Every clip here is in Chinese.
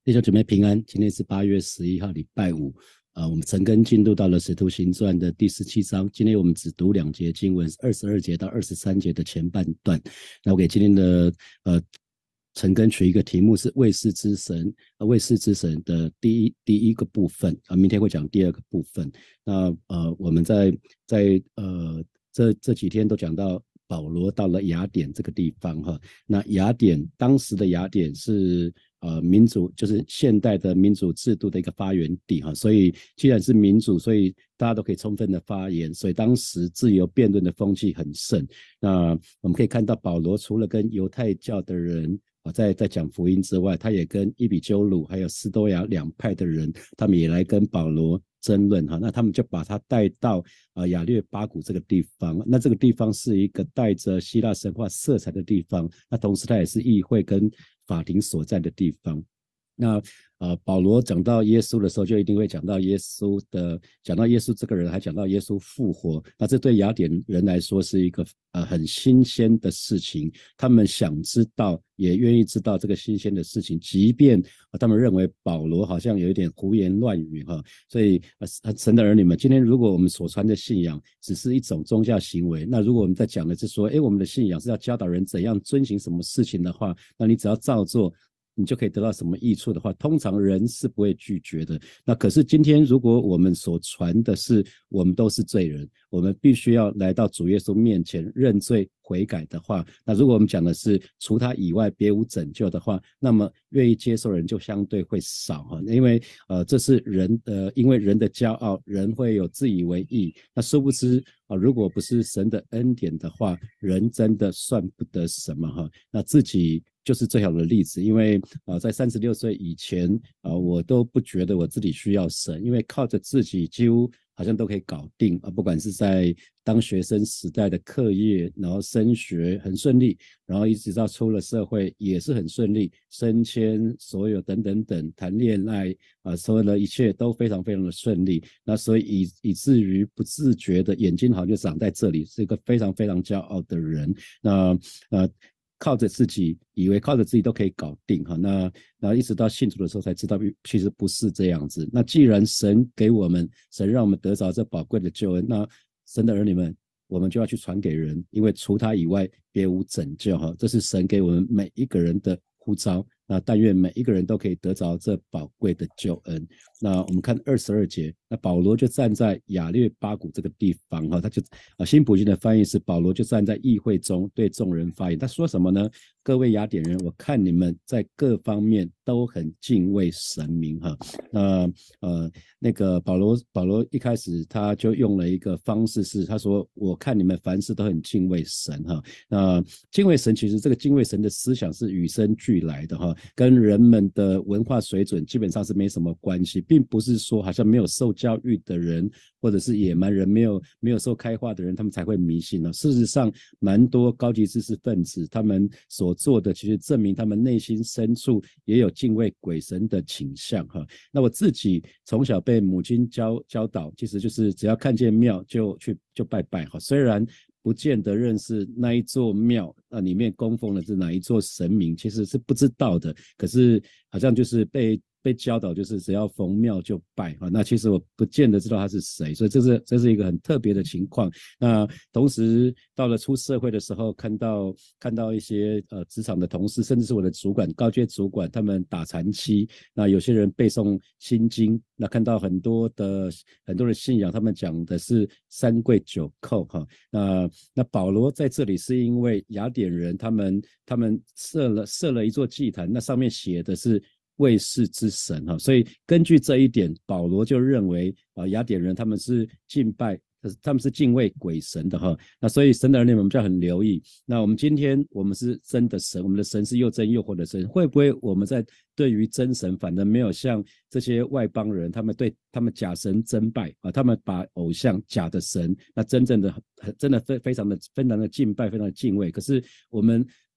弟兄姊妹平安，今天是8月11号，礼拜五。我们陈根进入到了《使徒行传》的第17章。今天我们只读2节经文，22节到23节的前半段。那我给今天的陈根取一个题目是“为世之神”，为世之神的第一个部分。明天会讲第二个部分。那我们在这几天都讲到保罗到了雅典这个地方哈。那雅典当时的雅典是民主，就是现代的民主制度的一个发源地哈，所以既然是民主，所以大家都可以充分的发言，所以当时自由辩论的风气很盛。那我们可以看到保罗除了跟犹太教的人在讲福音之外，他也跟伊比鸠鲁还有斯多亚两派的人，他们也来跟保罗争论哈。那他们就把他带到亚略巴谷这个地方。那这个地方是一个带着希腊神话色彩的地方，那同时它也是议会跟法庭所在的地方。那保罗讲到耶稣的时候，就一定会讲到耶稣这个人，还讲到耶稣复活。那这对雅典人来说是一个很新鲜的事情，他们想知道，也愿意知道这个新鲜的事情，即便他们认为保罗好像有一点胡言乱语哈。所以神的儿女们，今天如果我们所传的信仰只是一种宗教行为，那如果我们在讲的是说，我们的信仰是要教导人怎样遵行什么事情的话，那你只要照做，你就可以得到什么益处的话，通常人是不会拒绝的。那可是今天如果我们所传的是我们都是罪人，我们必须要来到主耶稣面前认罪悔改的话，那如果我们讲的是除他以外别无拯救的话，那么愿意接受人就相对会少哈。因为这是因为人的骄傲，人会有自以为义。那殊不知如果不是神的恩典的话，人真的算不得什么哈。那自己就是最好的例子。因为在36岁以前我都不觉得我自己需要神，因为靠着自己几乎好像都可以搞定不管是在当学生时代的课业，然后升学很顺利，然后一直到出了社会也是很顺利，升迁所有等等等，谈恋爱所有的一切都非常非常的顺利。那所以以至于不自觉的眼睛好像就长在这里，是一个非常非常骄傲的人。那靠着自己，以为靠着自己都可以搞定哈。那一直到信主的时候才知道，其实不是这样子。那既然神给我们，神让我们得着这宝贵的救恩，那神的儿女们，我们就要去传给人，因为除他以外别无拯救哈。这是神给我们每一个人的呼召。那但愿每一个人都可以得着这宝贵的救恩。那我们看22节，那保罗就站在亚略巴谷这个地方他就新普京的翻译是保罗就站在议会中对众人发言。他说什么呢？各位雅典人，我看你们在各方面都很敬畏神明哈。那个保罗一开始他就用了一个方式是，他说我看你们凡事都很敬畏神哈。那敬畏神，其实这个敬畏神的思想是与生俱来的哈，跟人们的文化水准基本上是没什么关系，并不是说好像没有受教育的人或者是野蛮人，没有受开化的人他们才会迷信事实上蛮多高级知识分子他们所做的其实证明他们内心深处也有敬畏鬼神的倾向哈。那我自己从小被母亲教导，其实就是只要看见庙就拜拜哈。虽然不见得认识那一座庙里面供奉的是哪一座神明，其实是不知道的，可是好像就是被教导就是只要逢庙就拜那其实我不见得知道他是谁，所以这是一个很特别的情况。那同时到了出社会的时候，看到一些职场的同事，甚至是我的主管高阶主管，他们打禅期，那有些人背诵心经，那看到很多的信仰，他们讲的是三跪九叩那保罗在这里是因为雅典人他们设了一座祭坛，那上面写的是为世之神所以根据这一点，保罗就认为雅典人他们是敬畏鬼神的那所以神的儿女们就要很留意。那我们今天我们是真的神，我们的神是又真又活的神，会不会我们在对于真神反而没有像这些外邦人，他们假神真拜他们把偶像假的神，那真的非常的敬拜，非常的敬畏。可是我们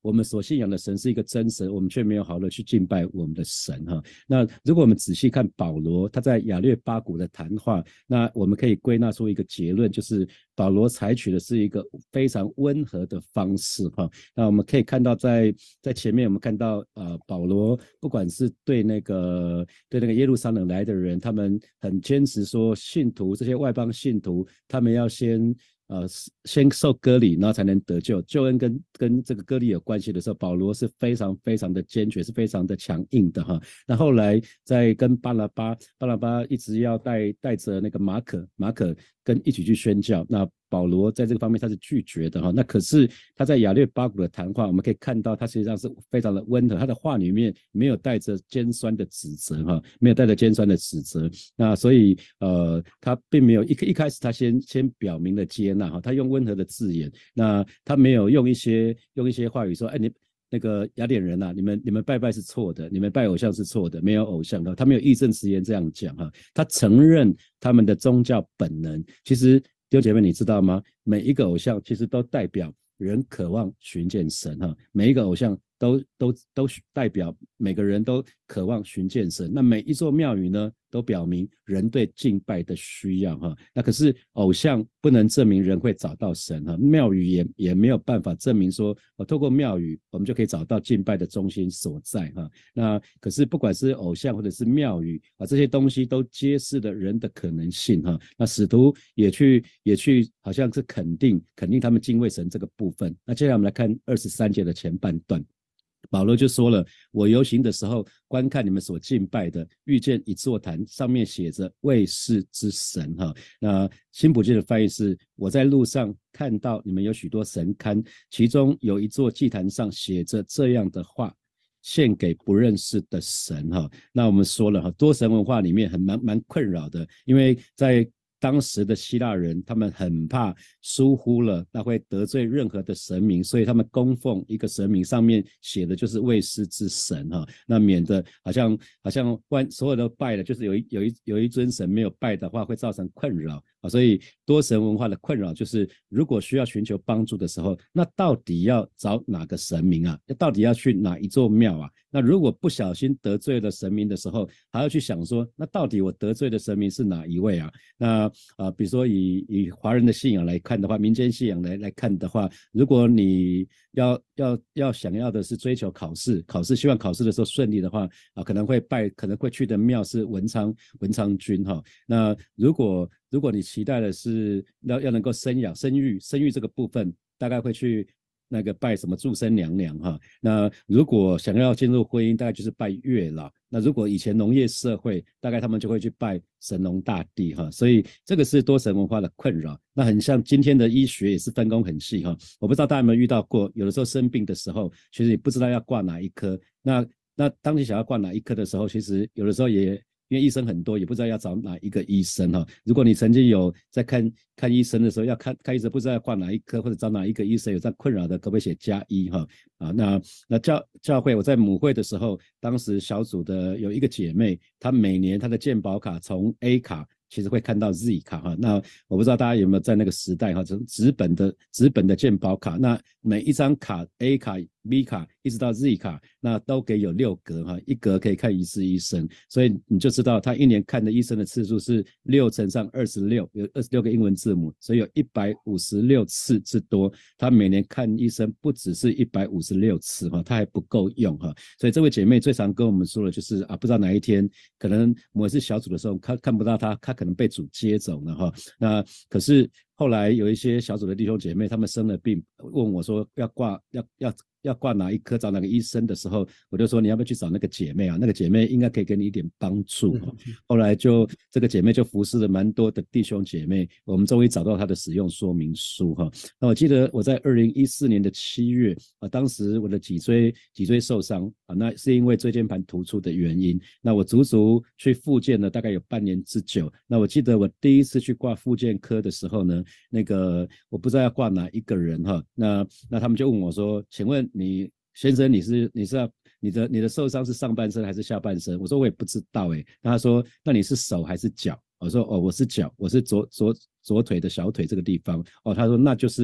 我们所信仰的神是一个真神，我们却没有好好的去敬拜我们的神哈。那如果我们仔细看保罗他在亚略巴谷的谈话，那我们可以归纳出一个结论，就是保罗采取的是一个非常温和的方式哈。那我们可以看到在前面我们看到保罗不管是对那个耶路撒冷来的人，他们很坚持说信徒这些外邦信徒他们要先受割礼，然后才能得救。救恩跟这个割礼有关系的时候，保罗是非常非常的坚决，是非常的强硬的哈。那后来在跟巴拿巴一直要带着那个马可跟一起去宣教，那保罗在这个方面他是拒绝的哈。那可是他在亚略巴谷的谈话，我们可以看到他实际上是非常的温和，他的话里面没有带着尖酸的指责哈，没有带着尖酸的指责。那所以他并没有一开始他先表明了接纳哈，他用温和的字眼，那他没有用一些话语说，哎你。那个雅典人啊，你们拜是错的，你们拜偶像是错的，没有偶像的，他没有义正辞严这样讲哈，他承认他们的宗教本能。其实弟兄姐妹你知道吗？每一个偶像其实都代表人渴望寻见神哈，每一个偶像都代表每个人都渴望寻见神。那每一座庙宇呢，都表明人对敬拜的需要哈。那可是偶像不能证明人会找到神哈，庙宇也没有办法证明说，透过庙宇我们就可以找到敬拜的中心所在哈。那可是不管是偶像或者是庙宇这些东西都揭示了人的可能性哈。那使徒也去好像是肯定他们敬畏神这个部分。那接下来我们来看23节的前半段。保罗就说了，我游行的时候观看你们所敬拜的，遇见一座坛，上面写着为世之神哈。那新普京的翻译是，我在路上看到你们有许多神龛，其中有一座祭坛上写着这样的话，献给不认识的神哈。那我们说了哈，多神文化里面蛮困扰的，因为在当时的希腊人他们很怕疏忽了那会得罪任何的神明，所以他们供奉一个神明上面写的就是为世之神哈，那免得好像所有的拜的就是有一尊神没有拜的话会造成困扰啊。所以多神文化的困扰就是如果需要寻求帮助的时候，那到底要找哪个神明啊？到底要去哪一座庙啊？那如果不小心得罪了神明的时候，还要去想说，那到底我得罪的神明是哪一位啊？那比如说以华人的信仰来看的话，民间信仰来看的话，如果你要想要的是追求考试，希望考试的时候顺利的话可能会去的庙是文昌君哈。那如果你期待的是要能够生育这个部分，大概会去那个拜什么祝生娘娘哈。那如果想要进入婚姻，大概就是拜月老。那如果以前农业社会，大概他们就会去拜神农大帝哈。所以这个是多神文化的困扰。那很像今天的医学也是分工很细哈。我不知道大家有没有遇到过，有的时候生病的时候，其实你不知道要挂哪一科。那当你想要挂哪一科的时候，其实有的时候也因为医生很多，也不知道要找哪一个医生哈。如果你曾经有在看医生的时候，要看医生不知道要挂哪一科或者找哪一个医生，有这样困扰的，可不可以写+1哈？那教会我在母会的时候，当时小组的有一个姐妹，她每年她的健保卡从 A 卡其实会看到 Z 卡哈。那我不知道大家有没有在那个时代哈，从纸本的健保卡，那每一张卡 A 卡 B 卡一直到 Z 卡，那都给有6格哈，一格可以看一次医生，所以你就知道他一年看的医生的次数是6乘上26，有26个英文字母，所以有156次之多。他每年看医生不只是156次哈，他还不够用哈。所以这位姐妹最常跟我们说的就是不知道哪一天可能某一次小组的时候看不到他可能被主接走了哈。那可是后来有一些小组的弟兄姐妹，他们生了病，问我说要挂哪一科，找哪个医生的时候，我就说你要不要去找那个姐妹啊？那个姐妹应该可以给你一点帮助。后来这个姐妹就服侍了蛮多的弟兄姐妹，我们终于找到她的使用说明书哈。那我记得我在2014年的7月当时我的脊椎受伤那是因为椎间盘突出的原因，那我足足去复健了大概有半年之久。那我记得我第一次去挂复健科的时候呢，那个我不知道要挂哪一个人哈，那他们就问我说，请问你先生你的受伤是上半身还是下半身？我说我也不知道那他说那你是手还是脚？我说我是脚，我是左腿的小腿这个地方他说那就是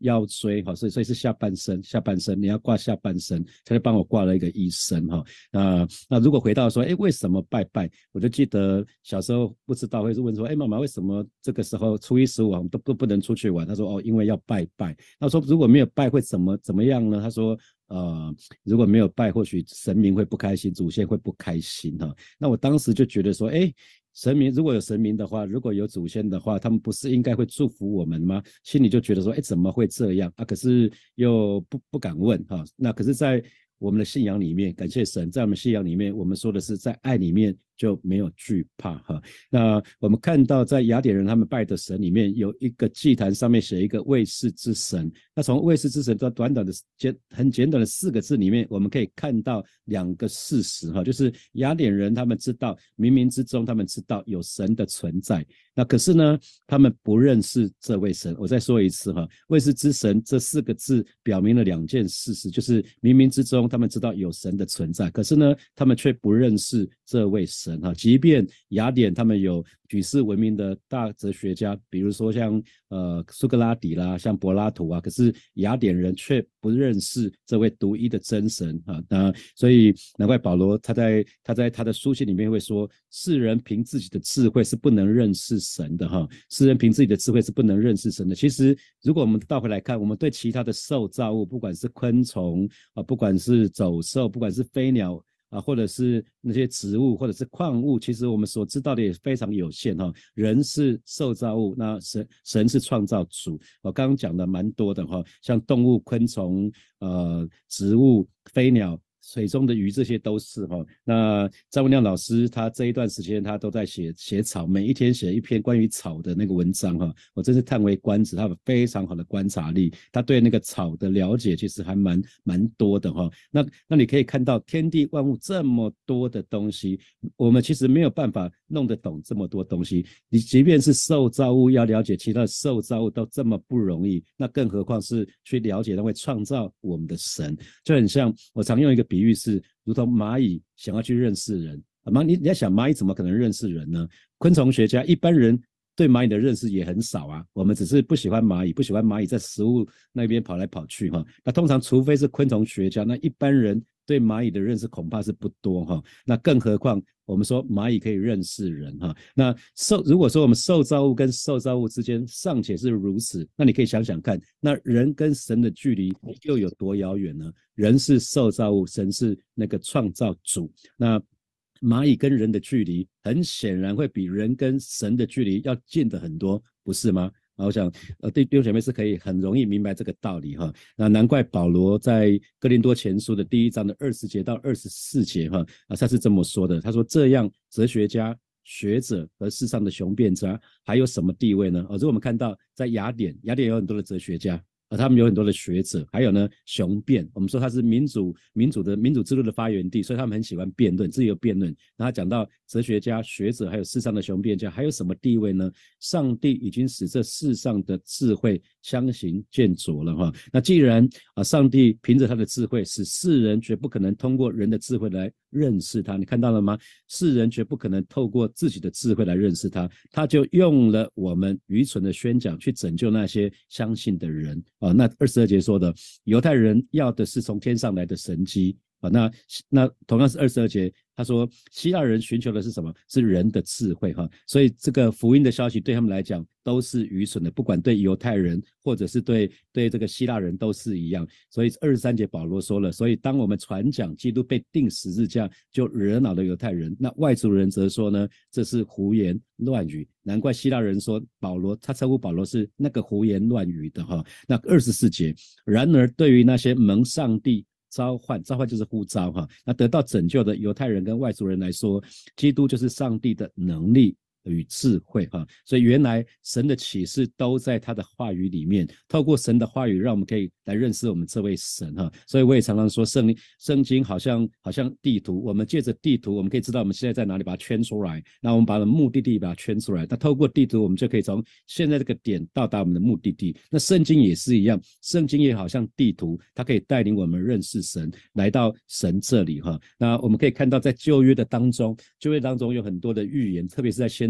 腰椎哈，所以是下半身你要挂下半身，他就帮我挂了一个医生哈。那如果回到说，为什么拜拜？我就记得小时候不知道会问说，妈妈为什么这个时候初一十五我们都不能出去玩？他说因为要拜拜。他说如果没有拜会怎么样呢？他说如果没有拜，或许神明会不开心，祖先会不开心哈。那我当时就觉得说，神明如果有神明的话，如果有祖先的话，他们不是应该会祝福我们吗？心里就觉得说，怎么会这样啊？可是又不敢问哈。那可是，在我们的信仰里面，感谢神，在我们信仰里面，我们说的是在爱里面就没有惧怕哈。那我们看到在雅典人他们拜的神里面有一个祭坛，上面写一个卫士之神。那从卫士之神这短短的很简短的4个字里面，我们可以看到2个事实哈，就是雅典人他们知道冥冥之中他们知道有神的存在，那可是呢他们不认识这位神。我再说一次哈，卫士之神这4个字表明了2件事实，就是冥冥之中他们知道有神的存在，可是呢他们却不认识这位神哈。即便雅典他们有举世闻名的大哲学家，比如说像苏格拉底啦，像柏拉图啊，可是雅典人却不认识这位独一的真神啊。那所以难怪保罗他在他的书信里面会说，世人凭自己的智慧是不能认识神的哈，世人凭自己的智慧是不能认识神的。其实如果我们倒回来看，我们对其他的受造物，不管是昆虫啊，不管是走兽，不管是飞鸟或者是那些植物或者是矿物，其实我们所知道的也非常有限哈。人是受造物，那神是创造主。我刚刚讲的蛮多的哈，像动物、昆虫、植物、飞鸟、水中的鱼，这些都是哈。那张文亮老师他这一段时间他都在写草，每一天写一篇关于草的那个文章哈，我真是叹为观止，他有非常好的观察力，他对那个草的了解其实还蛮多的哈。那你可以看到天地万物这么多的东西，我们其实没有办法弄得懂这么多东西。你即便是受造物要了解其他的受造物都这么不容易，那更何况是去了解那位创造我们的神。就很像我常用一个比喻是，如同蚂蚁想要去认识人，你在想蚂蚁怎么可能认识人呢？昆虫学家一般人对蚂蚁的认识也很少啊，我们只是不喜欢蚂蚁在食物那边跑来跑去哈。那通常除非是昆虫学家，那一般人对蚂蚁的认识恐怕是不多哈。那更何况我们说蚂蚁可以认识人哈。那如果说我们受造物跟受造物之间尚且是如此，那你可以想想看，那人跟神的距离又有多遥远呢？人是受造物，神是那个创造主。那蚂蚁跟人的距离很显然会比人跟神的距离要近的很多，不是吗？我想弟兄姐妹是可以很容易明白这个道理哈。那难怪保罗在哥林多前书的第1章的20节到24节哈，他是这么说的，他说这样哲学家、学者和世上的雄辩家还有什么地位呢？如果我们看到在雅典有很多的哲学家，他们有很多的学者，还有呢雄辩，我们说他是民主之路的发源地，所以他们很喜欢辩论，自由辩论。然后讲到哲学家、学者，还有世上的雄辩家，还有什么地位呢？上帝已经使这世上的智慧相形见绌了哈。那既然上帝凭着他的智慧，使世人绝不可能通过人的智慧来认识他，你看到了吗？世人绝不可能透过自己的智慧来认识他，他就用了我们愚蠢的宣讲去拯救那些相信的人。那22节说的，犹太人要的是从天上来的神迹。那同样是22节，他说希腊人寻求的是什么？是人的智慧哈。所以这个福音的消息对他们来讲都是愚蠢的，不管对犹太人或者是对这个希腊人都是一样。所以23节保罗说了，所以当我们传讲基督被钉十字架就惹恼了犹太人，那外族人则说呢，这是胡言乱语。难怪希腊人说他称呼保罗是那个胡言乱语的哈。那24节，然而对于那些蒙上帝召唤就是呼召哈，那得到拯救的犹太人跟外族人来说，基督就是上帝的能力与智慧哈。所以原来神的启示都在他的话语里面，透过神的话语让我们可以来认识我们这位神哈。所以我也常常说圣经好像地图，我们借着地图我们可以知道我们现在在哪里，把它圈出来，那我们把目的地把它圈出来，那透过地图我们就可以从现在这个点到达我们的目的地。那圣经也是一样，圣经也好像地图，它可以带领我们认识神，来到神这里哈。那我们可以看到在旧约当中有很多的预言，特别是在先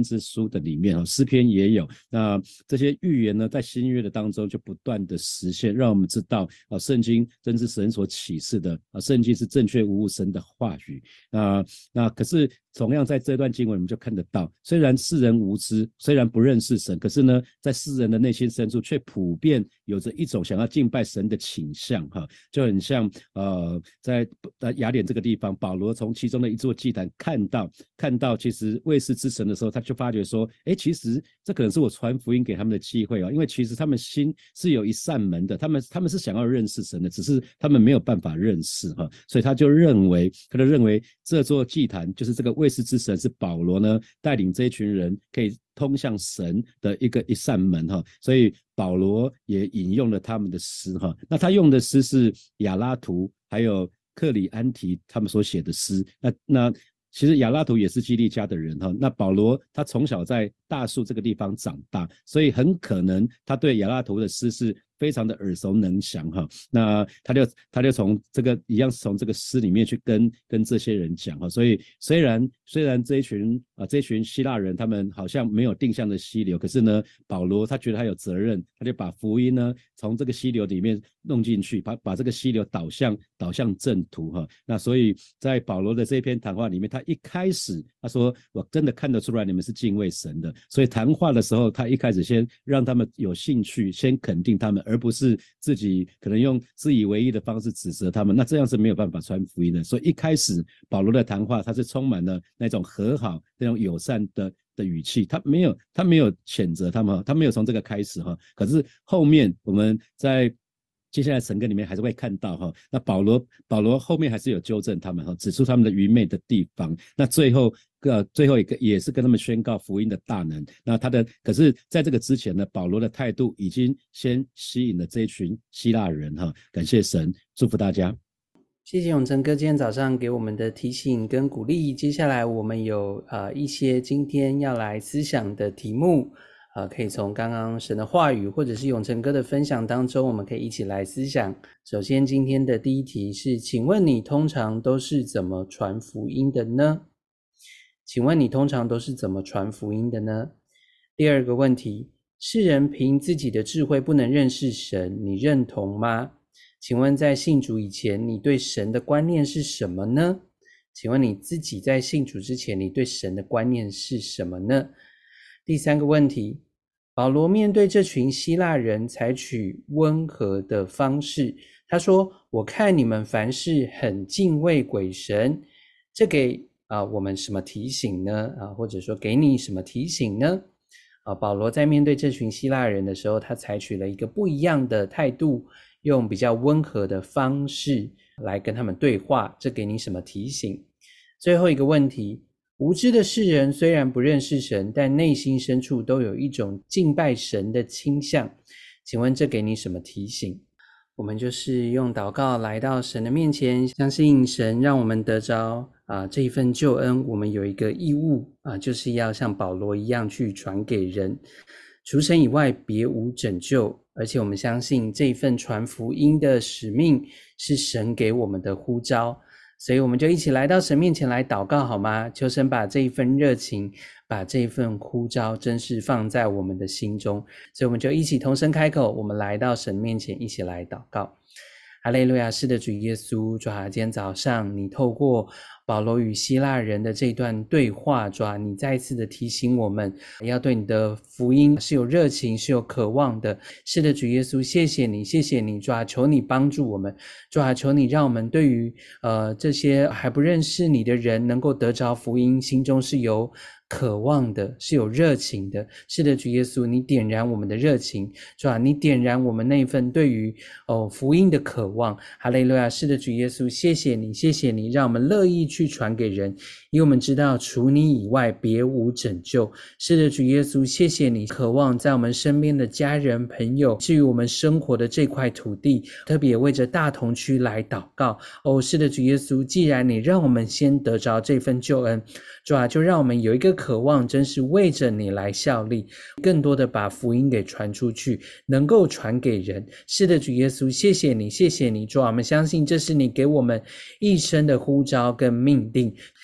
知书的里面诗篇也有。那这些预言呢，在新约的当中就不断的实现，让我们知道圣经真是神所启示的圣经是正确无误神的话语。那可是同样在这段经文我们就看得到，虽然世人无知，虽然不认识神，可是呢在世人的内心深处却普遍有着一种想要敬拜神的倾向就很像在雅典这个地方，保罗从其中的一座祭坛看到其实未识之神的时候，他就发觉说其实这可能是我传福音给他们的机会因为其实他们心是有一扇门的，他们是想要认识神的，只是他们没有办法认识所以他就认为这座祭坛就是这个未识之神是保罗呢带领这一群人可以通向神的一扇门所以保罗也引用了他们的诗那他用的诗是亚拉图还有克里安提他们所写的诗。那其实亚拉图也是基利家的人那保罗他从小在大树这个地方长大，所以很可能他对亚拉图的诗是非常的耳熟能详那他就从这个一样从这个诗里面去跟这些人讲所以虽然这一群希腊人他们好像没有定向的溪流，可是呢保罗他觉得他有责任，他就把福音呢从这个溪流里面弄进去，把这个溪流导向正途那所以在保罗的这篇谈话里面，他一开始他说我真的看得出来你们是敬畏神的，所以谈话的时候他一开始先让他们有兴趣，先肯定他们，而不是自己可能用自以为意的方式指责他们，那这样是没有办法传福音的。所以一开始保罗的谈话他是充满了那种和好那种友善的语气，他没有谴责他们，他没有从这个开始可是后面我们在接下来神根里面还是会看到那保罗后面还是有纠正他们指出他们的愚昧的地方，那最后一个也是跟他们宣告福音的大能。那可是在这个之前呢，保罗的态度已经先吸引了这一群希腊人感谢神，祝福大家。 谢谢永成哥今天早上给我们的提醒跟鼓励。接下来我们有一些今天要来思想的题目可以从刚刚神的话语或者是永成哥的分享当中，我们可以一起来思想。首先今天的第一题是，请问你通常都是怎么传福音的呢？请问你通常都是怎么传福音的呢？第二个问题，世人凭自己的智慧不能认识神，你认同吗？请问在信主以前，你对神的观念是什么呢？请问你自己在信主之前，你对神的观念是什么呢？第三个问题，保罗面对这群希腊人采取温和的方式，他说我看你们凡事很敬畏鬼神，这给我们什么提醒呢？或者说给你什么提醒呢？保罗在面对这群希腊人的时候，他采取了一个不一样的态度，用比较温和的方式来跟他们对话，这给你什么提醒？最后一个问题，无知的世人虽然不认识神，但内心深处都有一种敬拜神的倾向，请问这给你什么提醒？我们就是用祷告来到神的面前，相信神让我们得着这一份救恩，我们有一个义务就是要像保罗一样去传给人，除神以外别无拯救，而且我们相信这一份传福音的使命是神给我们的呼召，所以我们就一起来到神面前来祷告好吗？求神把这一份热情，把这一份呼召真是放在我们的心中，所以我们就一起同声开口，我们来到神面前一起来祷告。哈利路亚，是的主耶稣，主今天早上你透过保罗与希腊人的这段对话，主你再一次的提醒我们要对你的福音是有热情是有渴望的。是的主耶稣，谢谢你主求你帮助我们，主求你让我们对于这些还不认识你的人能够得着福音，心中是有渴望的，是有热情的。是的主耶稣，你点燃我们的热情，主你点燃我们那一份对于福音的渴望。哈利路亚，是的主耶稣，谢谢你让我们乐意去传给人，因为我们知道除你以外别无拯救。是的主耶稣，谢谢你渴望在我们身边的家人朋友，至于我们生活的这块土地，特别为着大同区来祷告。是的主耶稣，既然你让我们先得着这份救恩，主就让我们有一个渴望，真是为着你来效力，更多的把福音给传出去，能够传给人。是的主耶稣，谢谢你主我们相信这是你给我们一生的呼召跟命定。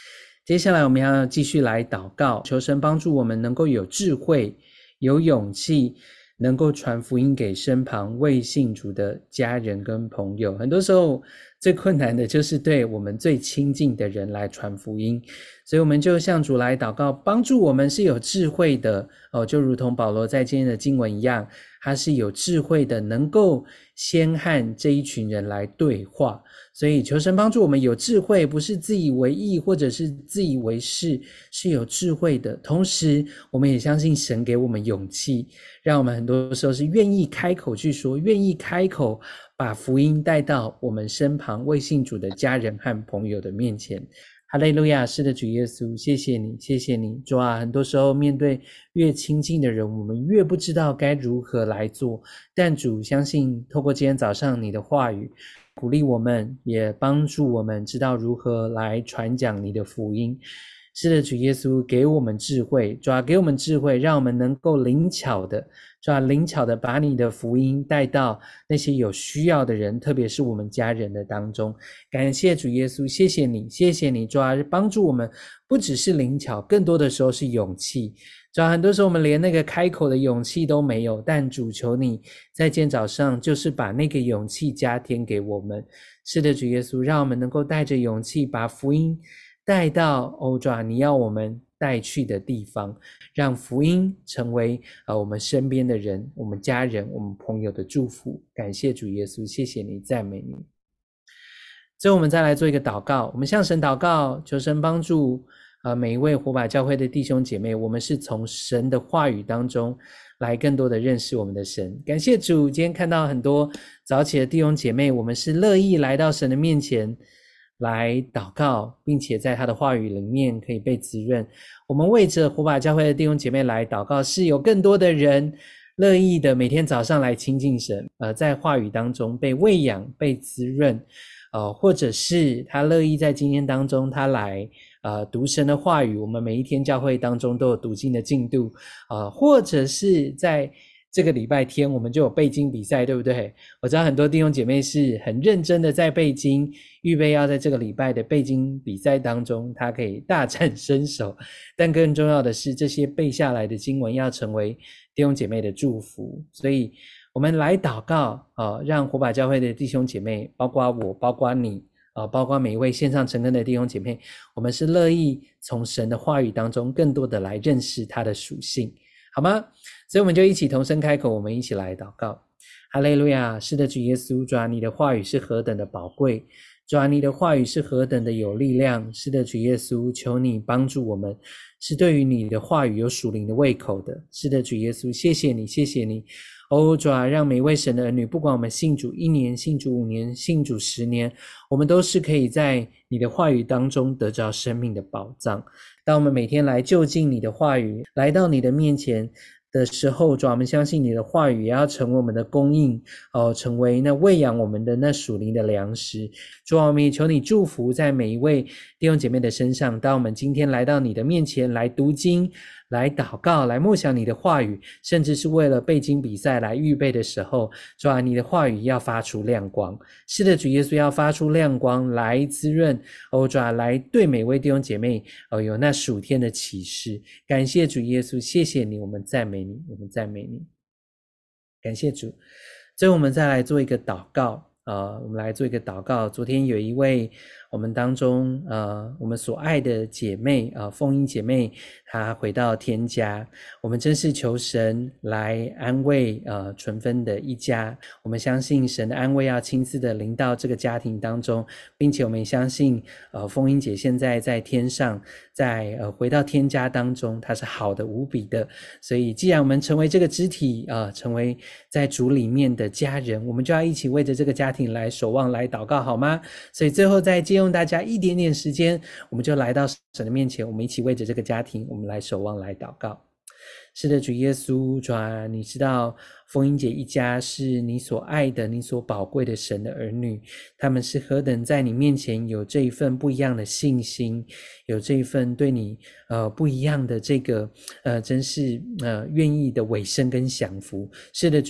接下来我们要继续来祷告，求神帮助我们能够有智慧、有勇气，能够传福音给身旁未信主的家人跟朋友。很多时候最困难的就是对我们最亲近的人来传福音，所以我们就向主来祷告，帮助我们是有智慧的就如同保罗在今天的经文一样，他是有智慧的，能够先和这一群人来对话。所以求神帮助我们有智慧，不是自以为意或者是自以为是，是有智慧的。同时我们也相信神给我们勇气，让我们很多时候是愿意开口去说，愿意开口把福音带到我们身旁未信主的家人和朋友的面前。哈利路亚，是的，主耶稣，谢谢你，谢谢你。主啊，很多时候面对越亲近的人，我们越不知道该如何来做，但主相信透过今天早上你的话语鼓励我们，也帮助我们知道如何来传讲你的福音。是的，主耶稣，给我们智慧，主啊，给我们智慧，让我们能够灵巧的把你的福音带到那些有需要的人，特别是我们家人的当中。感谢主耶稣，谢谢你，谢谢你，主啊，帮助我们不只是灵巧，更多的时候是勇气。主啊，很多时候我们连那个开口的勇气都没有，但主求你在今天早上就是把那个勇气加添给我们。是的，主耶稣，让我们能够带着勇气把福音带到主啊，你要我们带去的地方，让福音成为我们身边的人，我们家人，我们朋友的祝福。感谢主耶稣，谢谢你，赞美你。最后我们再来做一个祷告，我们向神祷告，求神帮助每一位火把教会的弟兄姐妹，我们是从神的话语当中来更多的认识我们的神。感谢主，今天看到很多早起的弟兄姐妹，我们是乐意来到神的面前来祷告，并且在他的话语里面可以被滋润。我们为着火把教会的弟兄姐妹来祷告，是有更多的人乐意的每天早上来亲近神，在话语当中被喂养、被滋润，或者是他乐意在今天当中他来读神的话语，我们每一天教会当中都有读经的进度，或者是在这个礼拜天我们就有背经比赛，对不对？我知道很多弟兄姐妹是很认真的在背经，预备要在这个礼拜的背经比赛当中他可以大展身手，但更重要的是这些背下来的经文要成为弟兄姐妹的祝福。所以我们来祷告让火把教会的弟兄姐妹，包括我，包括你包括每一位线上成根的弟兄姐妹，我们是乐意从神的话语当中更多的来认识他的属性，好吗？所以我们就一起同声开口，我们一起来祷告。哈利路亚，是的，主耶稣，主啊，你的话语是何等的宝贵，主啊，你的话语是何等的有力量。是的，主耶稣，求你帮助我们，是对于你的话语有属灵的胃口的。是的，主耶稣，谢谢你，谢谢你。主啊，让每位神的儿女，不管我们信主1年、信主5年、信主10年，我们都是可以在你的话语当中得着生命的宝藏。当我们每天来就近你的话语，来到你的面前的时候，主啊，我们相信你的话语也要成为我们的供应，成为那喂养我们的那属灵的粮食。主啊，我们也求你祝福在每一位弟兄姐妹的身上。当我们今天来到你的面前来读经、来祷告、来默想你的话语，甚至是为了背经比赛来预备的时候，主啊，你的话语要发出亮光。是的，主耶稣要发出亮光来滋润，主啊，来对每位弟兄姐妹有那属天的启示。感谢主耶稣，谢谢你，我们赞美你，我们赞美你。感谢主。最后我们再来做一个祷告，我们来做一个祷告。昨天有一位我们当中我们所爱的姐妹凤英姐妹，她回到天家，我们真是求神来安慰纯芬的一家。我们相信神的安慰要亲自的临到这个家庭当中，并且我们也相信凤英姐现在在天上，在回到天家当中，她是好的无比的。所以既然我们成为这个肢体成为在主里面的家人，我们就要一起为着这个家庭来守望来祷告，好吗？所以最后再借用大家一点点时间，我们就来到神的面前，我们一起为着这个家庭我们来守望来祷告。是的，主耶稣，主啊，你知道凤英姐一家是你所爱的，你所宝贵的神的儿女，他们是何等在你面前有这一份不一样的信心，有这一份对你不一样的这个真是愿意的委身跟降服。是的，主耶稣，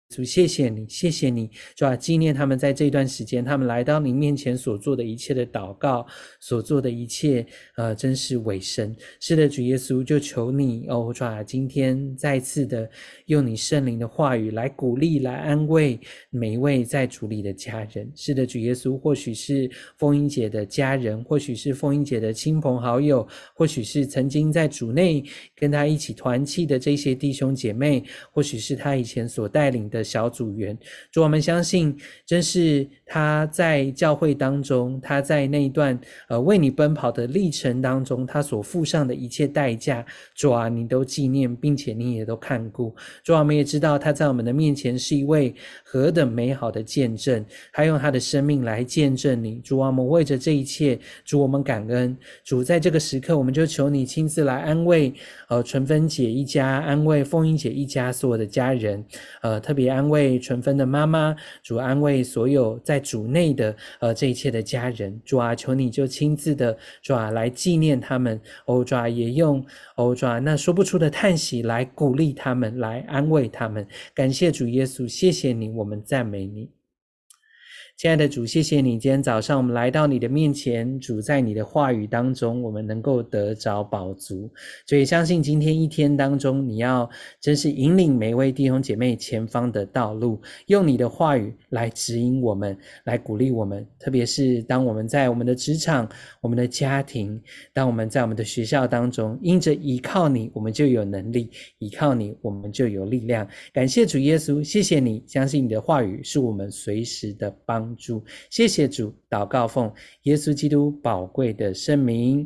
稣，谢谢你，谢谢你，主啊，纪念他们在这段时间，他们来到你面前所做的一切的祷告，所做的一切，真是委身。是的，主耶稣，就求你，主啊，今天再次的用你圣灵的话语来鼓励、来安慰每一位在主里的家人。是的，主耶稣，或许是凤英姐的家人，或许是凤英姐的亲朋好友，或许是曾经在主内跟他一起团契的这些弟兄姐妹，或许是他以前所带领的小组员。主，我们相信真是他在教会当中，他在那一段为你奔跑的历程当中，他所付上的一切代价，主啊，你都纪念，并且你也都看顾。主啊，我们也知道他在我们的面前是一位何等美好的见证，他用他的生命来见证你。主啊，我们为着这一切，主，我们感恩。主，在这个时刻，我们就求你亲自来安慰纯芬姐一家，安慰凤英姐一家所有的家人，特别安慰纯芬的妈妈，主，安慰所有在主内的这一切的家人。主啊，求你就亲自的，主啊，来纪念他们，主啊，也用主啊那说不出的叹息来鼓励他们，来安慰他们。感谢主耶稣，谢谢你，我们赞美你。亲爱的主，谢谢你今天早上我们来到你的面前，主，在你的话语当中我们能够得着饱足。所以相信今天一天当中，你要真是引领每一位弟兄姐妹前方的道路，用你的话语来指引我们，来鼓励我们。特别是当我们在我们的职场、我们的家庭，当我们在我们的学校当中，因着依靠你，我们就有能力，依靠你，我们就有力量。感谢主耶稣，谢谢你，相信你的话语是我们随时的帮助。谢谢主，祷告奉耶稣基督宝贵的圣名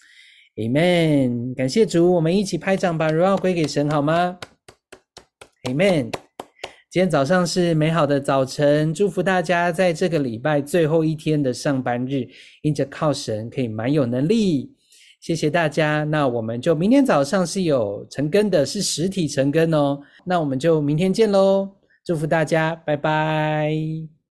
Amen。 感谢主，我们一起拍掌，把荣耀归给神好吗？ Amen。 今天早上是美好的早晨，祝福大家在这个礼拜最后一天的上班日，因着靠神可以蛮有能力。谢谢大家，那我们就明天早上是有晨更的，是实体晨更哦，那我们就明天见咯，祝福大家，拜拜。